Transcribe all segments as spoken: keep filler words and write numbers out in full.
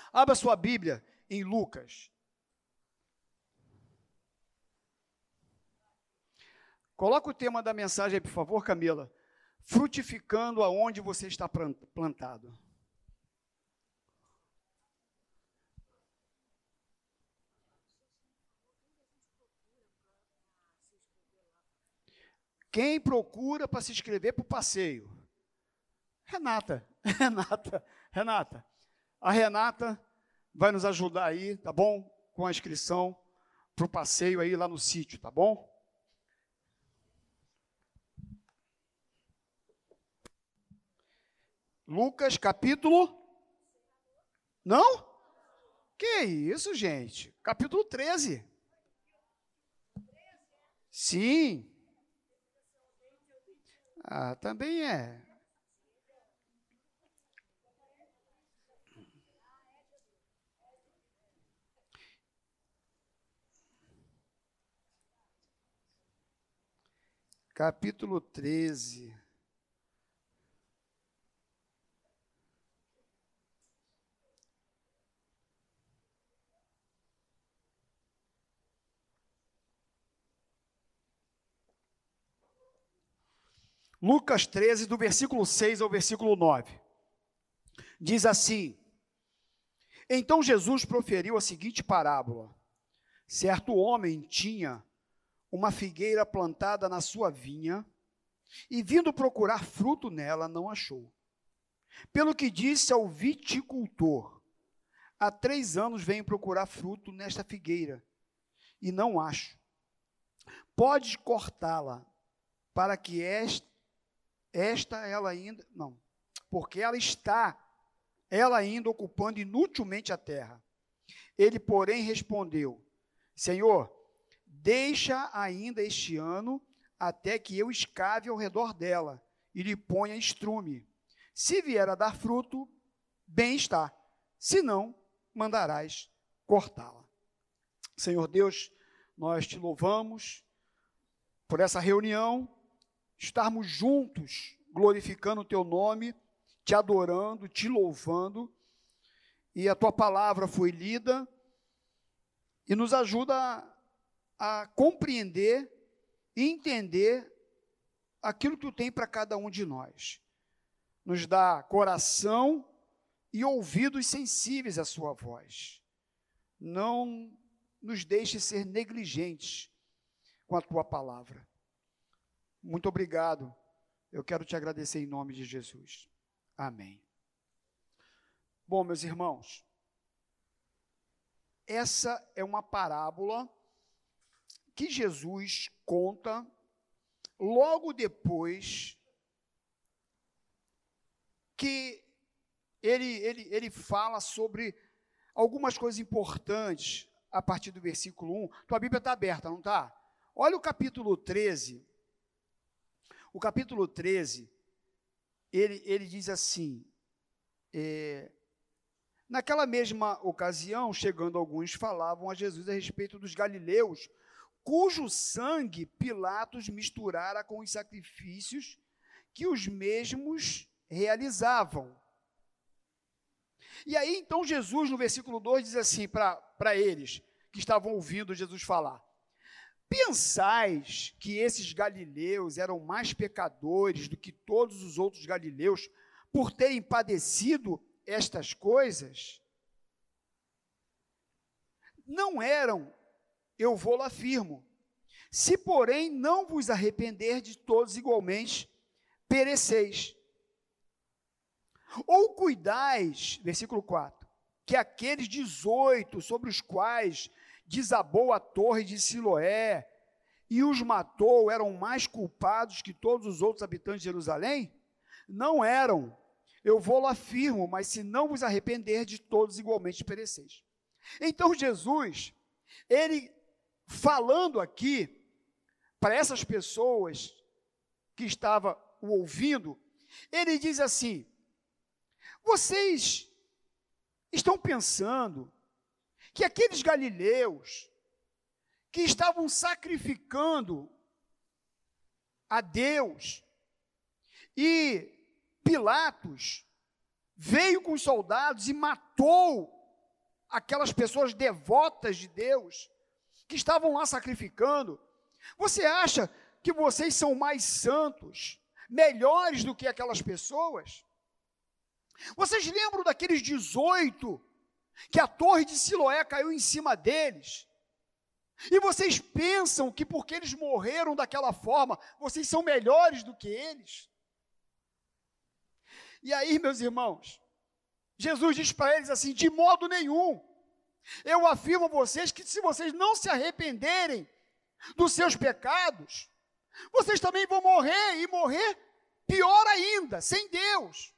Abra sua Bíblia em Lucas. Coloca o tema da mensagem aí, por favor, Camila. Frutificando aonde você está plantado. Quem procura para se inscrever para o passeio? Renata, Renata, Renata. A Renata vai nos ajudar aí, tá bom? Com a inscrição para o passeio aí lá no sítio, tá bom? Lucas capítulo... Não? Que isso, gente? Capítulo treze. Sim. Ah, também é. Capítulo treze. Lucas treze, do versículo seis ao versículo nove. Diz assim: Então Jesus proferiu a seguinte parábola. Certo homem tinha uma figueira plantada na sua vinha, e vindo procurar fruto nela, não achou. Pelo que disse ao viticultor: Há três anos venho procurar fruto nesta figueira, e não acho. Podes cortá-la, para que esta Esta, ela ainda, não, porque ela está, ela ainda ocupando inutilmente a terra. Ele, porém, respondeu: Senhor, deixa ainda este ano, até que eu escave ao redor dela, e lhe ponha estrume. Se vier a dar fruto, bem está, se não, mandarás cortá-la. Senhor Deus, nós te louvamos por essa reunião, estarmos juntos, glorificando o teu nome, te adorando, te louvando, e a tua palavra foi lida, e nos ajuda a, a compreender e entender aquilo que tu tem para cada um de nós. Nos dá coração e ouvidos sensíveis à sua voz. Não nos deixe ser negligentes com a tua palavra. Muito obrigado. Eu quero te agradecer em nome de Jesus. Amém. Bom, meus irmãos, essa é uma parábola que Jesus conta logo depois que ele, ele, ele fala sobre algumas coisas importantes a partir do versículo um. Tua Bíblia está aberta, não está? Olha o capítulo treze. O capítulo treze, ele, ele diz assim, é, naquela mesma ocasião, chegando alguns, falavam a Jesus a respeito dos galileus, cujo sangue Pilatos misturara com os sacrifícios que os mesmos realizavam. E aí, então, Jesus, no versículo dois, diz assim para eles, que estavam ouvindo Jesus falar: Pensais que esses galileus eram mais pecadores do que todos os outros galileus por terem padecido estas coisas? Não eram, eu vou-lo afirmo. Se, porém, não vos arrependerdes, todos igualmente pereceis. Ou cuidais, versículo quatro, que aqueles dezoito sobre os quais desabou a torre de Siloé e os matou, eram mais culpados que todos os outros habitantes de Jerusalém? Não eram, eu vou-lo afirmo, mas se não vos arrepender, de todos igualmente pereceis. Então Jesus, ele falando aqui para essas pessoas que estavam o ouvindo, ele diz assim: vocês estão pensando que aqueles galileus que estavam sacrificando a Deus, e Pilatos veio com os soldados e matou aquelas pessoas devotas de Deus, que estavam lá sacrificando, você acha que vocês são mais santos, melhores do que aquelas pessoas? Vocês lembram daqueles dezoito, que a torre de Siloé caiu em cima deles? E vocês pensam que porque eles morreram daquela forma, vocês são melhores do que eles? E aí, meus irmãos, Jesus diz para eles assim: de modo nenhum. Eu afirmo a vocês que se vocês não se arrependerem dos seus pecados, vocês também vão morrer, e morrer pior ainda, sem Deus.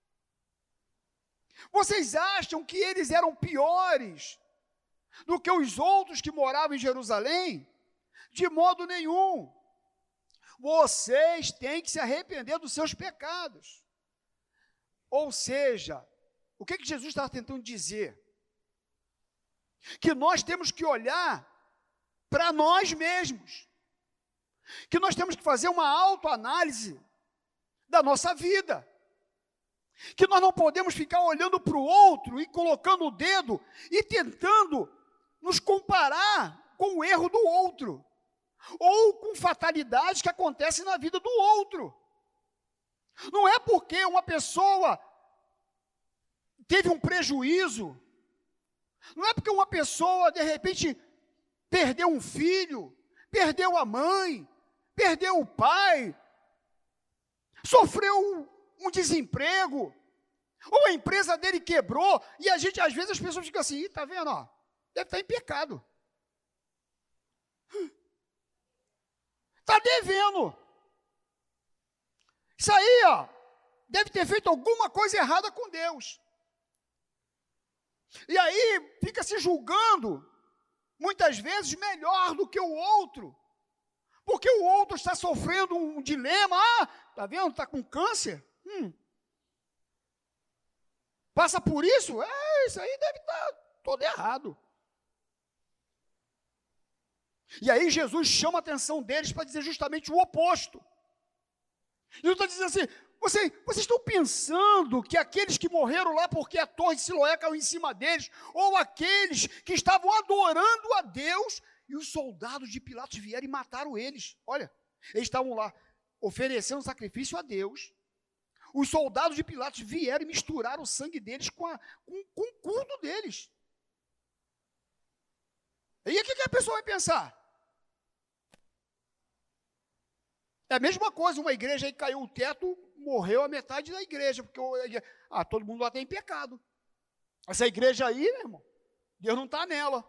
Vocês acham que eles eram piores do que os outros que moravam em Jerusalém? De modo nenhum. Vocês têm que se arrepender dos seus pecados. Ou seja, o que, que Jesus estava tentando dizer? Que nós temos que olhar para nós mesmos, que nós temos que fazer uma autoanálise da nossa vida, que nós não podemos ficar olhando para o outro e colocando o dedo e tentando nos comparar com o erro do outro, ou com fatalidades que acontecem na vida do outro. Não é porque uma pessoa teve um prejuízo, não é porque uma pessoa, de repente, perdeu um filho, perdeu a mãe, perdeu o pai, sofreu um, um desemprego, ou a empresa dele quebrou, e a gente, às vezes, as pessoas ficam assim: está vendo, ó, deve estar em pecado, está devendo, isso aí, ó, deve ter feito alguma coisa errada com Deus. E aí fica se julgando, muitas vezes, melhor do que o outro, porque o outro está sofrendo um dilema. Ah, está vendo, está com câncer, hum. passa por isso, é, isso aí deve estar todo errado. E aí Jesus chama a atenção deles para dizer justamente o oposto. Jesus está dizendo assim: Vocês, vocês estão pensando que aqueles que morreram lá porque a torre de Siloé caiu em cima deles, ou aqueles que estavam adorando a Deus, e os soldados de Pilatos vieram e mataram eles? Olha, eles estavam lá oferecendo sacrifício a Deus, os soldados de Pilatos vieram e misturaram o sangue deles com, a, com, com o culto deles. E o que, que a pessoa vai pensar? É a mesma coisa, uma igreja aí caiu o teto, morreu a metade da igreja, porque ah, todo mundo lá tem pecado. Essa igreja aí, meu irmão, Deus não está nela.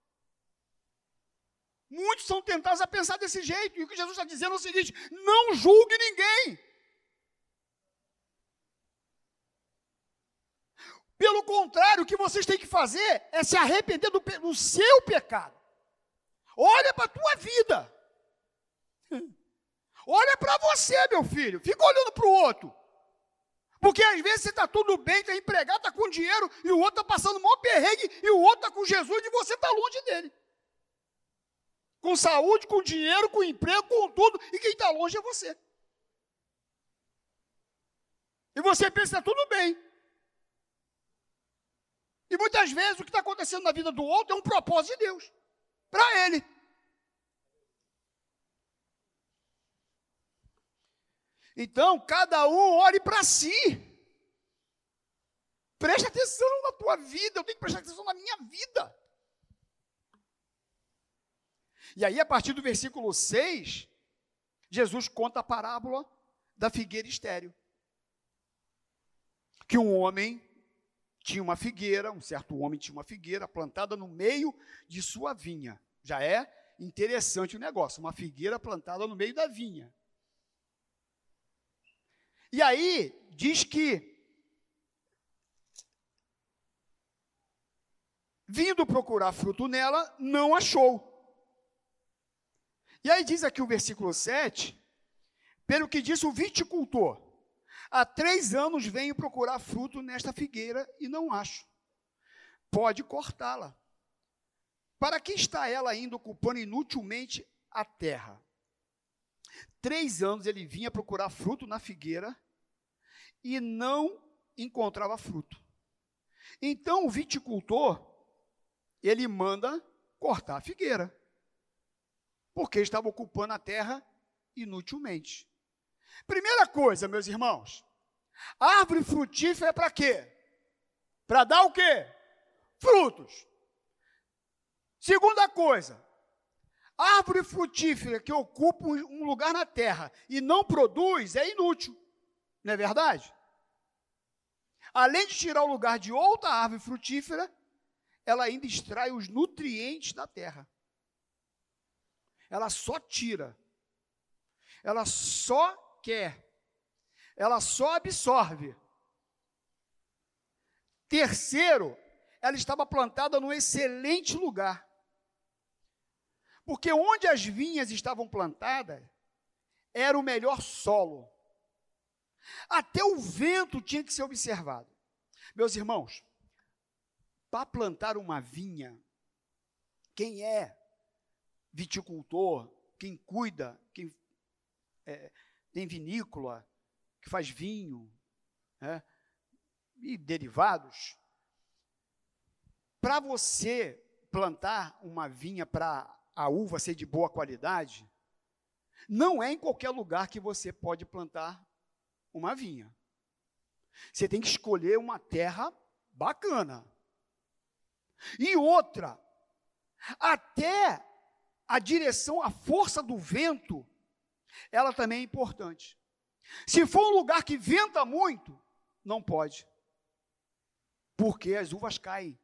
Muitos são tentados a pensar desse jeito, e o que Jesus está dizendo é o seguinte: não julgue ninguém. Pelo contrário, o que vocês têm que fazer é se arrepender do, do seu pecado. Olha para a tua vida. Olha para você, meu filho. Fica olhando para o outro. Porque às vezes você está tudo bem, está empregado, está com dinheiro, e o outro está passando o maior perrengue, e o outro está com Jesus, e você está longe dele. Com saúde, com dinheiro, com emprego, com tudo, e quem está longe é você. E você pensa, está tudo bem. E muitas vezes o que está acontecendo na vida do outro é um propósito de Deus, para ele. Então, cada um olhe para si. Preste atenção na tua vida, eu tenho que prestar atenção na minha vida. E aí, a partir do versículo seis, Jesus conta a parábola da figueira estéril. Que um homem tinha uma figueira, um certo homem tinha uma figueira plantada no meio de sua vinha. Já é interessante o negócio, uma figueira plantada no meio da vinha. E aí, diz que, vindo procurar fruto nela, não achou. E aí diz aqui o versículo sete, pelo que disse o viticultor: há três anos venho procurar fruto nesta figueira e não acho. Pode cortá-la. Para que está ela ainda ocupando inutilmente a terra? Três anos ele vinha procurar fruto na figueira e não encontrava fruto. Então o viticultor ele manda cortar a figueira, porque estava ocupando a terra inutilmente. Primeira coisa, meus irmãos, árvore frutífera é para quê? Para dar o quê? Frutos. Segunda coisa, árvore frutífera que ocupa um lugar na terra e não produz é inútil, não é verdade? Além de tirar o lugar de outra árvore frutífera, ela ainda extrai os nutrientes da terra. Ela só tira, ela só quer, ela só absorve. Terceiro, ela estava plantada num excelente lugar. Porque onde as vinhas estavam plantadas, era o melhor solo. Até o vento tinha que ser observado. Meus irmãos, para plantar uma vinha, quem é viticultor, quem cuida, quem é, tem vinícola, que faz vinho, né, e derivados, para você plantar uma vinha para a uva ser de boa qualidade, não é em qualquer lugar que você pode plantar uma vinha. Você tem que escolher uma terra bacana. E outra, até a direção, a força do vento, ela também é importante. Se for um lugar que venta muito, não pode, porque as uvas caem.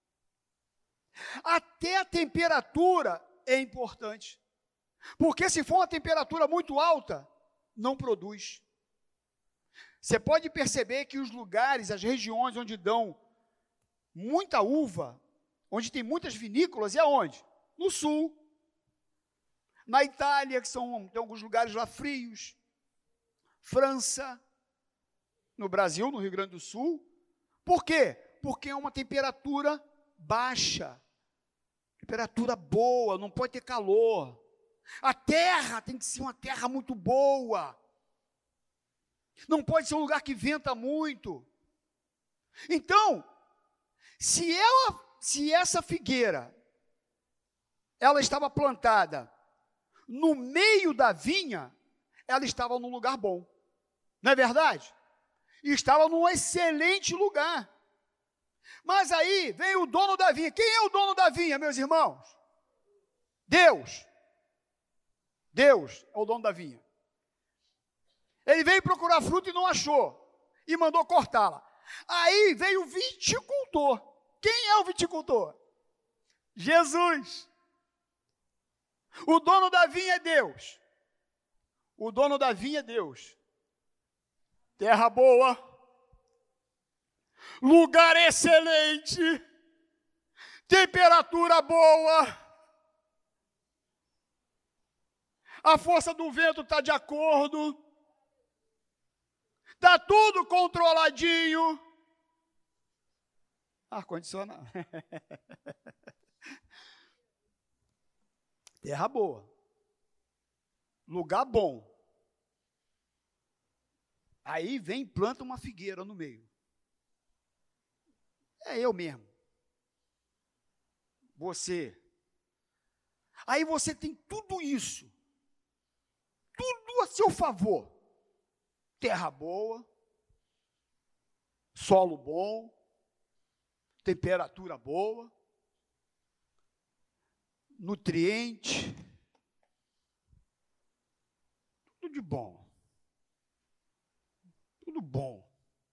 Até a temperatura é importante, porque se for uma temperatura muito alta, não produz. Você pode perceber que os lugares, as regiões onde dão muita uva, onde tem muitas vinícolas, é aonde? No sul. Na Itália, que são, tem alguns lugares lá frios. França. No Brasil, no Rio Grande do Sul. Por quê? Porque é uma temperatura baixa. Temperatura boa, não pode ter calor. A terra tem que ser uma terra muito boa. Não pode ser um lugar que venta muito. Então, se ela, se essa figueira, ela estava plantada no meio da vinha, ela estava num lugar bom. Não é verdade? E estava num excelente lugar. Mas aí vem o dono da vinha. Quem é o dono da vinha, meus irmãos? Deus. Deus é o dono da vinha. Ele veio procurar fruta e não achou, e mandou cortá-la. Aí veio o viticultor. Quem é o viticultor? Jesus. O dono da vinha é Deus. O dono da vinha é Deus. Terra boa, lugar excelente, temperatura boa, a força do vento está de acordo, está tudo controladinho. Ar-condicionado. Terra boa. Lugar bom. Aí vem e planta uma figueira no meio. É eu mesmo. Você. Aí você tem tudo isso. Tudo a seu favor. Terra boa, solo bom, temperatura boa, nutriente, tudo de bom, tudo bom.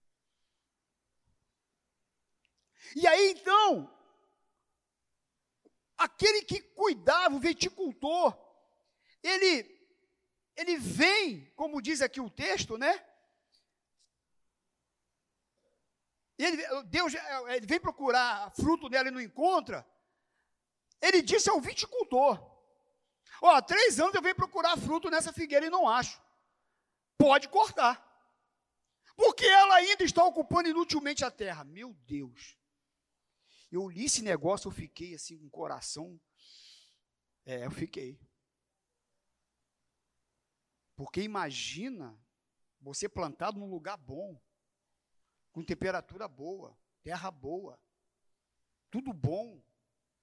E aí então, aquele que cuidava, o viticultor, ele Ele vem, como diz aqui o texto, né? Ele, Deus, ele vem procurar fruto nela e não encontra. Ele disse ao viticultor: ó, há três anos eu venho procurar fruto nessa figueira e não acho. Pode cortar. Porque ela ainda está ocupando inutilmente a terra. Meu Deus. Eu li esse negócio, eu fiquei assim com o coração. É, eu fiquei. Porque imagina você plantado num lugar bom, com temperatura boa, terra boa, tudo bom.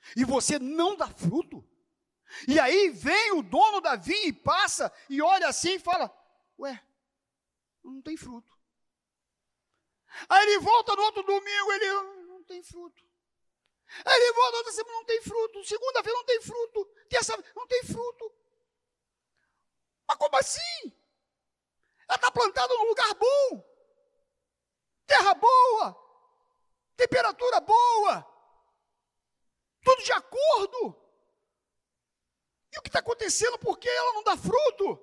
e você não dá fruto? E aí vem o dono da vinha e passa e olha assim e fala: ué, não tem fruto. Aí ele volta no outro domingo, ele não tem fruto. Aí ele volta outra semana, não tem fruto. Segunda-feira não tem fruto. Terça não tem fruto. Mas como assim? Ela está plantada num lugar bom, terra boa, temperatura boa, tudo de acordo. E o que está acontecendo? Por que ela não dá fruto?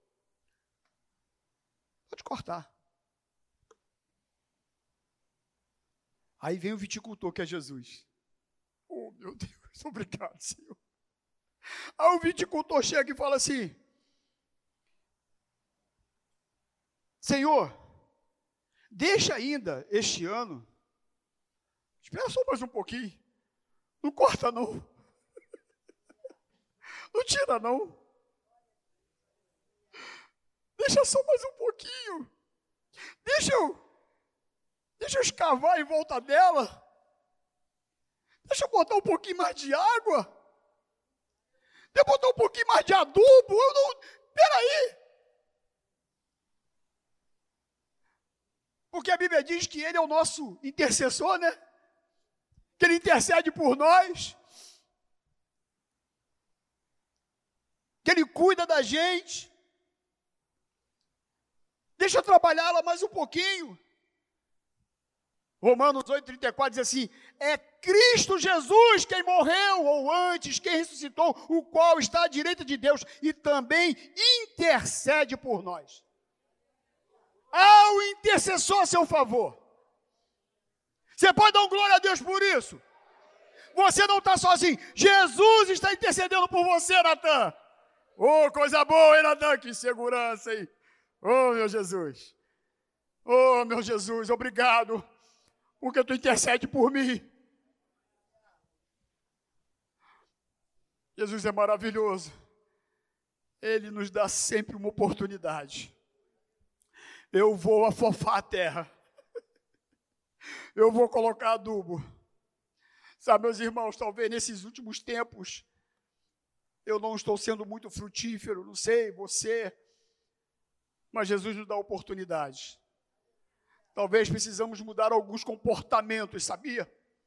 Pode cortar. Aí vem o viticultor, que é Jesus. Oh, meu Deus, obrigado, Senhor. Aí o viticultor chega e fala assim: Senhor, deixa ainda este ano, espera só mais um pouquinho, não corta não, não tira não, deixa só mais um pouquinho, deixa eu, deixa eu escavar em volta dela, deixa eu botar um pouquinho mais de água, deixa eu botar um pouquinho mais de adubo, eu não, peraí. Porque a Bíblia diz que Ele é o nosso intercessor, né? Que Ele intercede por nós. Que Ele cuida da gente. Deixa eu trabalhar-la mais um pouquinho. Romanos oito, trinta e quatro diz assim: é Cristo Jesus quem morreu, ou antes, quem ressuscitou, o qual está à direita de Deus e também intercede por nós. Há um intercessor a seu favor. Você pode dar um glória a Deus por isso? Você não está sozinho. Jesus está intercedendo por você, Natan. Oh, coisa boa, hein, Natan? Que segurança, hein? Oh, meu Jesus. Oh, meu Jesus, obrigado, porque tu intercede por mim. Jesus é maravilhoso. Ele nos dá sempre uma oportunidade. Eu vou afofar a terra. Eu vou colocar adubo. Sabe, meus irmãos, talvez nesses últimos tempos, eu não estou sendo muito frutífero, não sei, você, mas Jesus nos dá oportunidade. Talvez precisamos mudar alguns comportamentos, sabia?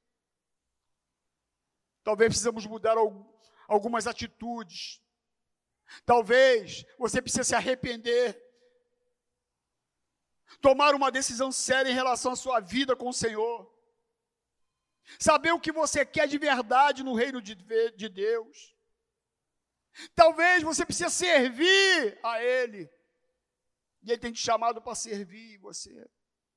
Talvez precisamos mudar algumas atitudes. Talvez você precise se arrepender. Tomar uma decisão séria em relação à sua vida com o Senhor. Saber o que você quer de verdade no reino de, de Deus. Talvez você precise servir a Ele. E Ele tem te chamado para servir você.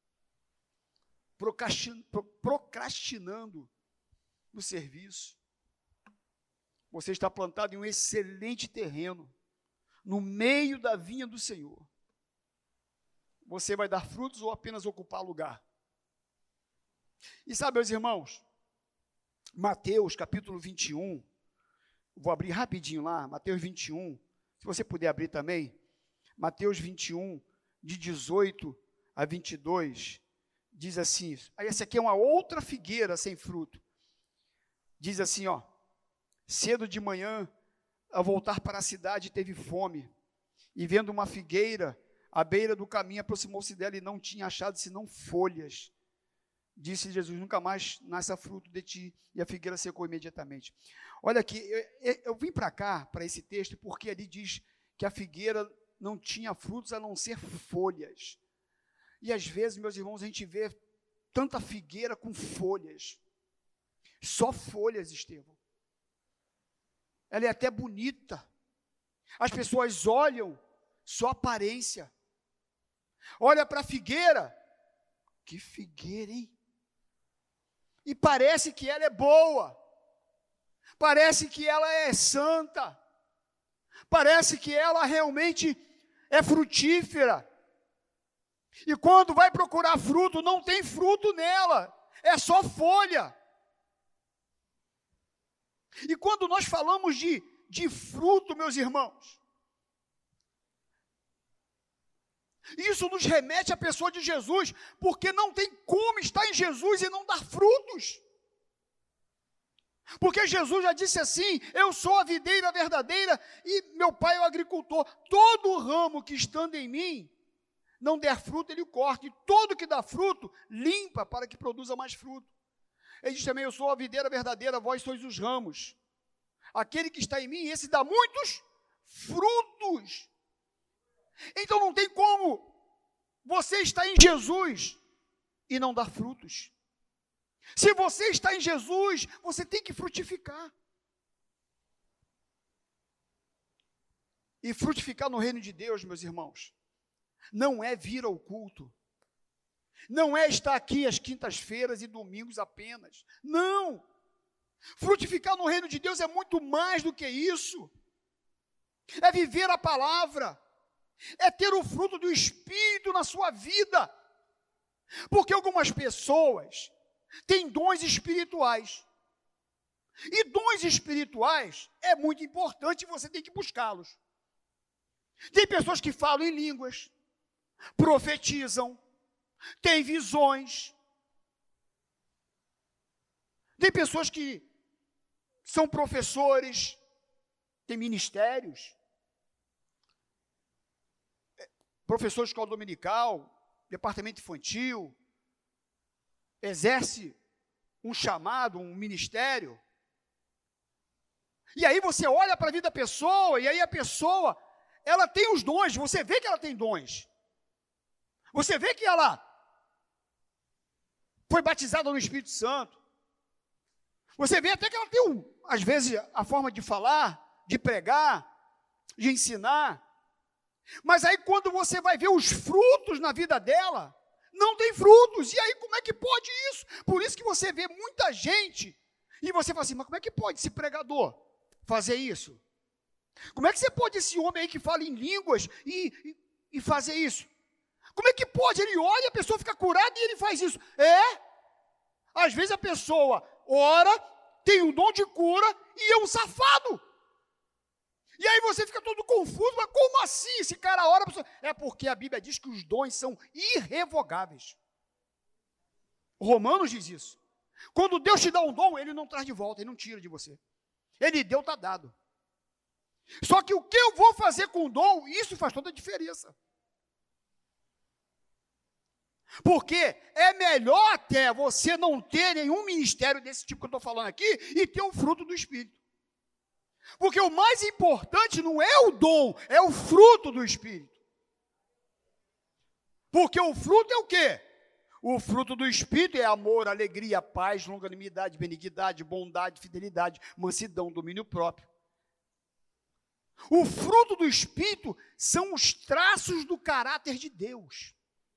Procrastinando no serviço. Você está plantado em um excelente terreno, no meio da vinha do Senhor. Você vai dar frutos ou apenas ocupar lugar? E sabe, meus irmãos, Mateus capítulo vinte e um, vou abrir rapidinho lá, Mateus vinte e um, se você puder abrir também, Mateus vinte e um, de dezoito a vinte e dois, diz assim, aí essa aqui é uma outra figueira sem fruto, diz assim, ó, cedo de manhã, ao voltar para a cidade, teve fome, e vendo uma figueira à beira do caminho, aproximou-se dela e não tinha achado senão folhas. Disse Jesus: nunca mais nasça fruto de ti. E a figueira secou imediatamente. Olha aqui, eu, eu vim para cá, para esse texto, porque ali diz que a figueira não tinha frutos a não ser folhas. E às vezes, meus irmãos, a gente vê tanta figueira com folhas. Só folhas, Estevão. Ela é até bonita. As pessoas olham só aparência. Olha para a figueira, que figueira, hein? E parece que ela é boa, parece que ela é santa, parece que ela realmente é frutífera. E quando vai procurar fruto, não tem fruto nela, é só folha. E quando nós falamos de, de fruto, meus irmãos, isso nos remete à pessoa de Jesus, porque não tem como estar em Jesus e não dar frutos. Porque Jesus já disse assim: eu sou a videira verdadeira e meu pai é o agricultor. Todo ramo que estando em mim não der fruto, ele corta. E todo que dá fruto, limpa para que produza mais fruto. Ele diz também: eu sou a videira verdadeira, vós sois os ramos. Aquele que está em mim, esse dá muitos frutos. Então não tem como você estar em Jesus e não dar frutos. Se você está em Jesus, você tem que frutificar. E frutificar no reino de Deus, meus irmãos, não é vir ao culto. Não é estar aqui às quintas-feiras e domingos apenas. Não! Frutificar no reino de Deus é muito mais do que isso. É viver a palavra. É ter o fruto do Espírito na sua vida. Porque algumas pessoas têm dons espirituais. E dons espirituais é muito importante e você tem que buscá-los. Tem pessoas que falam em línguas, profetizam, têm visões. Tem pessoas que são professores, têm ministérios, professor de escola dominical, departamento infantil, exerce um chamado, um ministério. E aí você olha para a vida da pessoa, e aí a pessoa, ela tem os dons, você vê que ela tem dons. Você vê que ela foi batizada no Espírito Santo. Você vê até que ela tem, um, às vezes, a forma de falar, de pregar, de ensinar. Mas aí quando você vai ver os frutos na vida dela, não tem frutos. E aí como é que pode isso? Por isso que você vê muita gente, e você fala assim: mas como é que pode esse pregador fazer isso? Como é que você pode, esse homem aí que fala em línguas, e, e, e fazer isso? Como é que pode? Ele olha, a pessoa fica curada e ele faz isso. É? Às vezes a pessoa ora, tem um dom de cura e é um safado. E aí você fica todo confuso: mas como assim esse cara ora? É porque a Bíblia diz que os dons são irrevogáveis. Romanos diz isso. Quando Deus te dá um dom, Ele não traz de volta, Ele não tira de você. Ele deu, está dado. Só que o que eu vou fazer com o dom, isso faz toda a diferença. Porque é melhor até você não ter nenhum ministério desse tipo que eu estou falando aqui e ter o fruto do Espírito. Porque o mais importante não é o dom, é o fruto do Espírito. Porque o fruto é o quê? O fruto do Espírito é amor, alegria, paz, longanimidade, benignidade, bondade, fidelidade, mansidão, domínio próprio. O fruto do Espírito são os traços do caráter de Deus.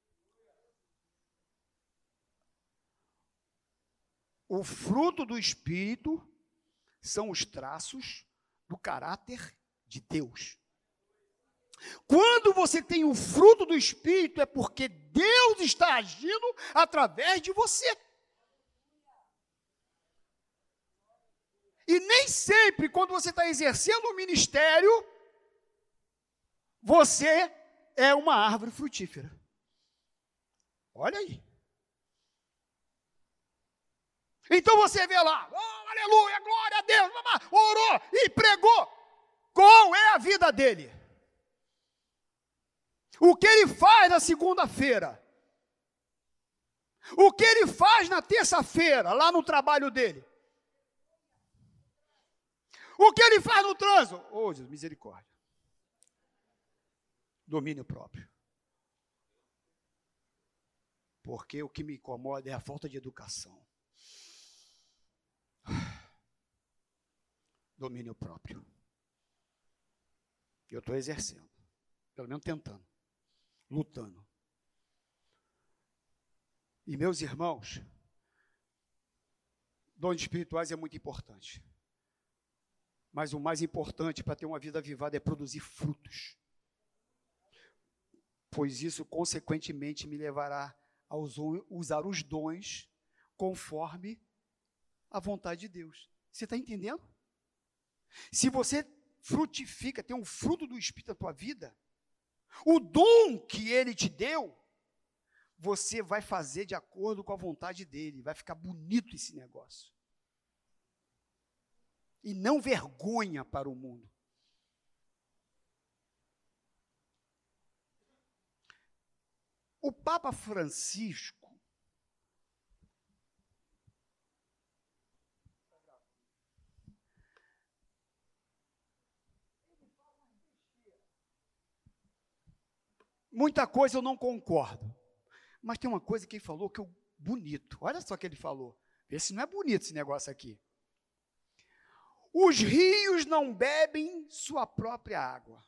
O fruto do Espírito são os traços do caráter de Deus. Quando você tem o fruto do Espírito, é porque Deus está agindo através de você. E nem sempre, quando você está exercendo o ministério, você é uma árvore frutífera. Olha aí. Então você vê lá: oh, aleluia, glória a Deus, orou e pregou. Qual é a vida dele? O que ele faz na segunda-feira? O que ele faz na terça-feira, lá no trabalho dele? O que ele faz no trânsito? Oh, Jesus, misericórdia. Domínio próprio. Porque o que me incomoda é a falta de educação. Domínio próprio. Eu estou exercendo, pelo menos tentando, lutando. E meus irmãos, dons espirituais é muito importante. Mas o mais importante para ter uma vida avivada é produzir frutos. Pois isso, consequentemente, me levará a usar os dons conforme a vontade de Deus. Você está entendendo? Se você frutifica, tem um fruto do Espírito na tua vida, o dom que Ele te deu, você vai fazer de acordo com a vontade dEle, vai ficar bonito esse negócio. e não vergonha para o mundo. O Papa Francisco, muita coisa eu não concordo, mas tem uma coisa que ele falou que é bonito. Olha só o que ele falou. Vê se não é bonito esse negócio aqui. Os rios não bebem sua própria água.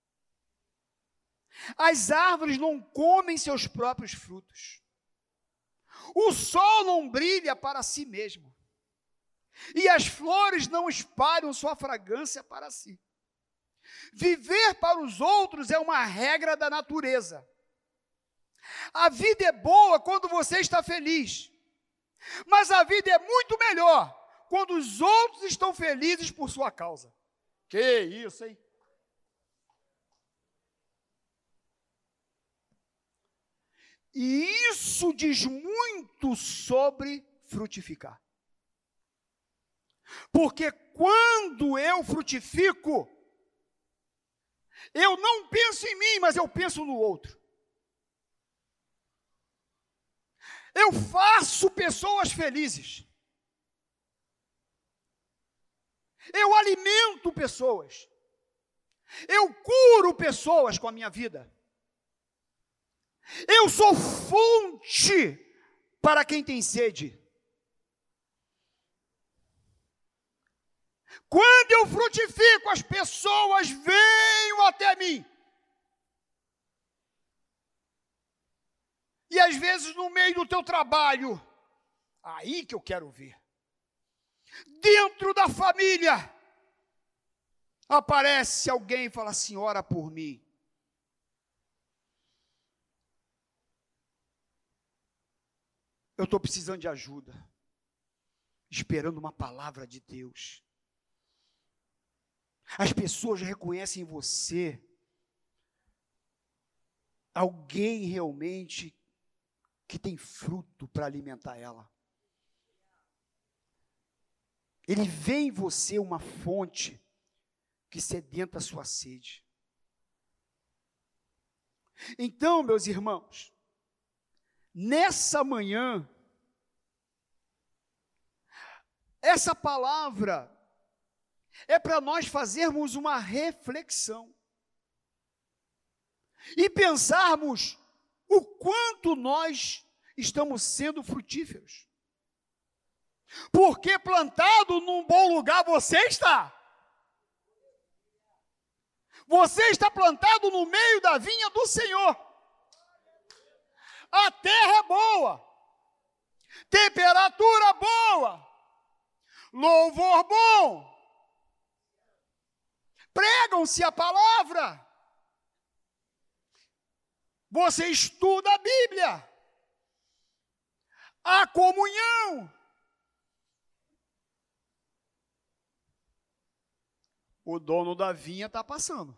As árvores não comem seus próprios frutos. O sol não brilha para si mesmo. E as flores não espalham sua fragrância para si. Viver para os outros é uma regra da natureza. A vida é boa quando você está feliz, mas a vida é muito melhor quando os outros estão felizes por sua causa. Que isso, hein? E isso diz muito sobre frutificar. Porque quando eu frutifico, eu não penso em mim, mas eu penso no outro. Eu faço pessoas felizes. Eu alimento pessoas. Eu curo pessoas com a minha vida. Eu sou fonte para quem tem sede. Quando eu frutifico, as pessoas vêm até mim. E às vezes no meio do teu trabalho, aí que eu quero ver. Dentro da família, aparece alguém e fala assim, ora por mim. Eu estou precisando de ajuda, esperando uma palavra de Deus. As pessoas reconhecem em você alguém realmente que tem fruto para alimentar ela. Ele vê em você uma fonte que sedenta a sua sede. Então, meus irmãos, nessa manhã, essa palavra é para nós fazermos uma reflexão e pensarmos o quanto nós estamos sendo frutíferos. Porque plantado num bom lugar você está. Você está plantado no meio da vinha do Senhor. A terra é boa, temperatura boa, louvor bom. Pregam-se a palavra. Você estuda a Bíblia. A comunhão. O dono da vinha está passando.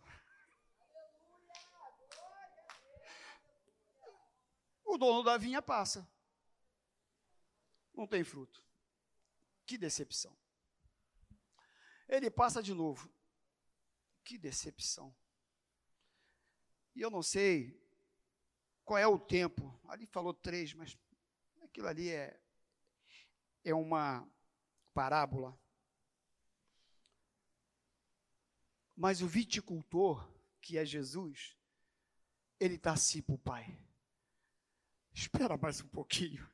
O dono da vinha passa. Não tem fruto. Que decepção. Ele passa de novo. Que decepção. E eu não sei qual é o tempo. Ali falou três, mas aquilo ali é, é uma parábola. Mas o viticultor, que é Jesus, ele está assim para o pai. Espera mais um pouquinho.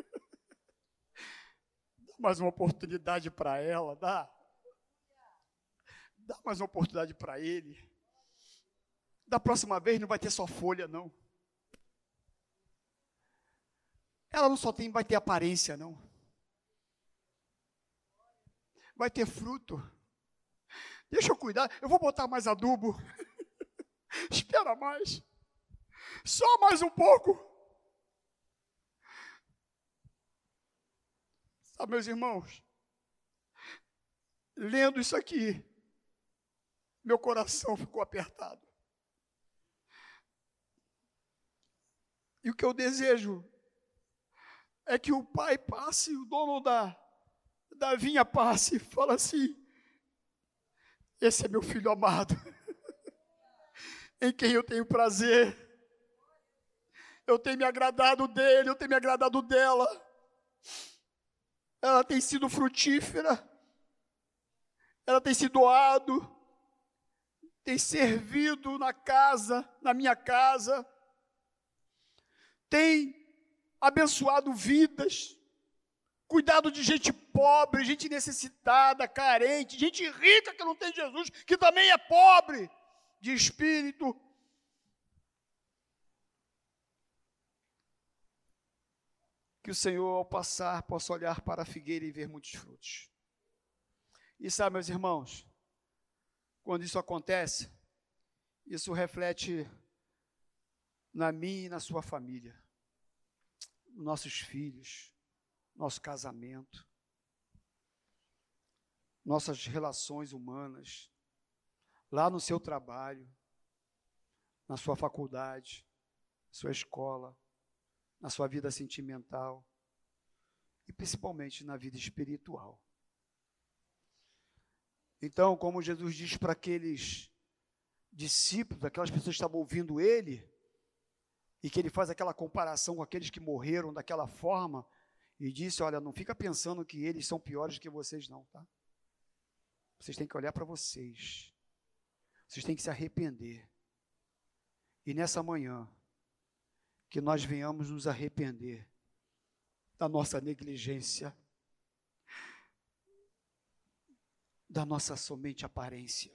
Dá mais uma oportunidade para ela, dá. Dá mais uma oportunidade para ele. Da próxima vez não vai ter só folha, não. Ela não só tem, vai ter aparência, não. Vai ter fruto. Deixa eu cuidar, eu vou botar mais adubo. Espera mais. Só mais um pouco. Sabe, meus irmãos, lendo isso aqui, meu coração ficou apertado. E o que eu desejo é que o pai passe, o dono da, da vinha passe e fala assim, esse é meu filho amado, em quem eu tenho prazer. Eu tenho me agradado dele, eu tenho me agradado dela. Ela tem sido frutífera, ela tem se doado, tem servido na casa, na minha casa, tem abençoado vidas, cuidado de gente pobre, gente necessitada, carente, gente rica que não tem Jesus, que também é pobre de espírito. Que o Senhor, ao passar, possa olhar para a figueira e ver muitos frutos. E sabe, meus irmãos, quando isso acontece, isso reflete na minha e na sua família, nos nossos filhos, nosso casamento, nossas relações humanas, lá no seu trabalho, na sua faculdade, na sua escola, na sua vida sentimental e principalmente na vida espiritual. Então, como Jesus diz para aqueles discípulos, aquelas pessoas que estavam ouvindo ele, e que ele faz aquela comparação com aqueles que morreram daquela forma, e disse, olha, não fica pensando que eles são piores que vocês não, tá? Vocês têm que olhar para vocês, vocês têm que se arrepender, e nessa manhã, que nós venhamos nos arrepender da nossa negligência, da nossa somente aparência.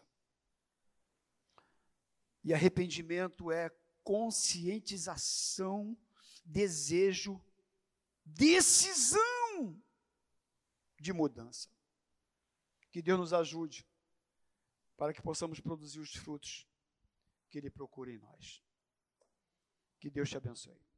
E arrependimento é conscientização, desejo, decisão de mudança. Que Deus nos ajude para que possamos produzir os frutos que Ele procura em nós. Que Deus te abençoe.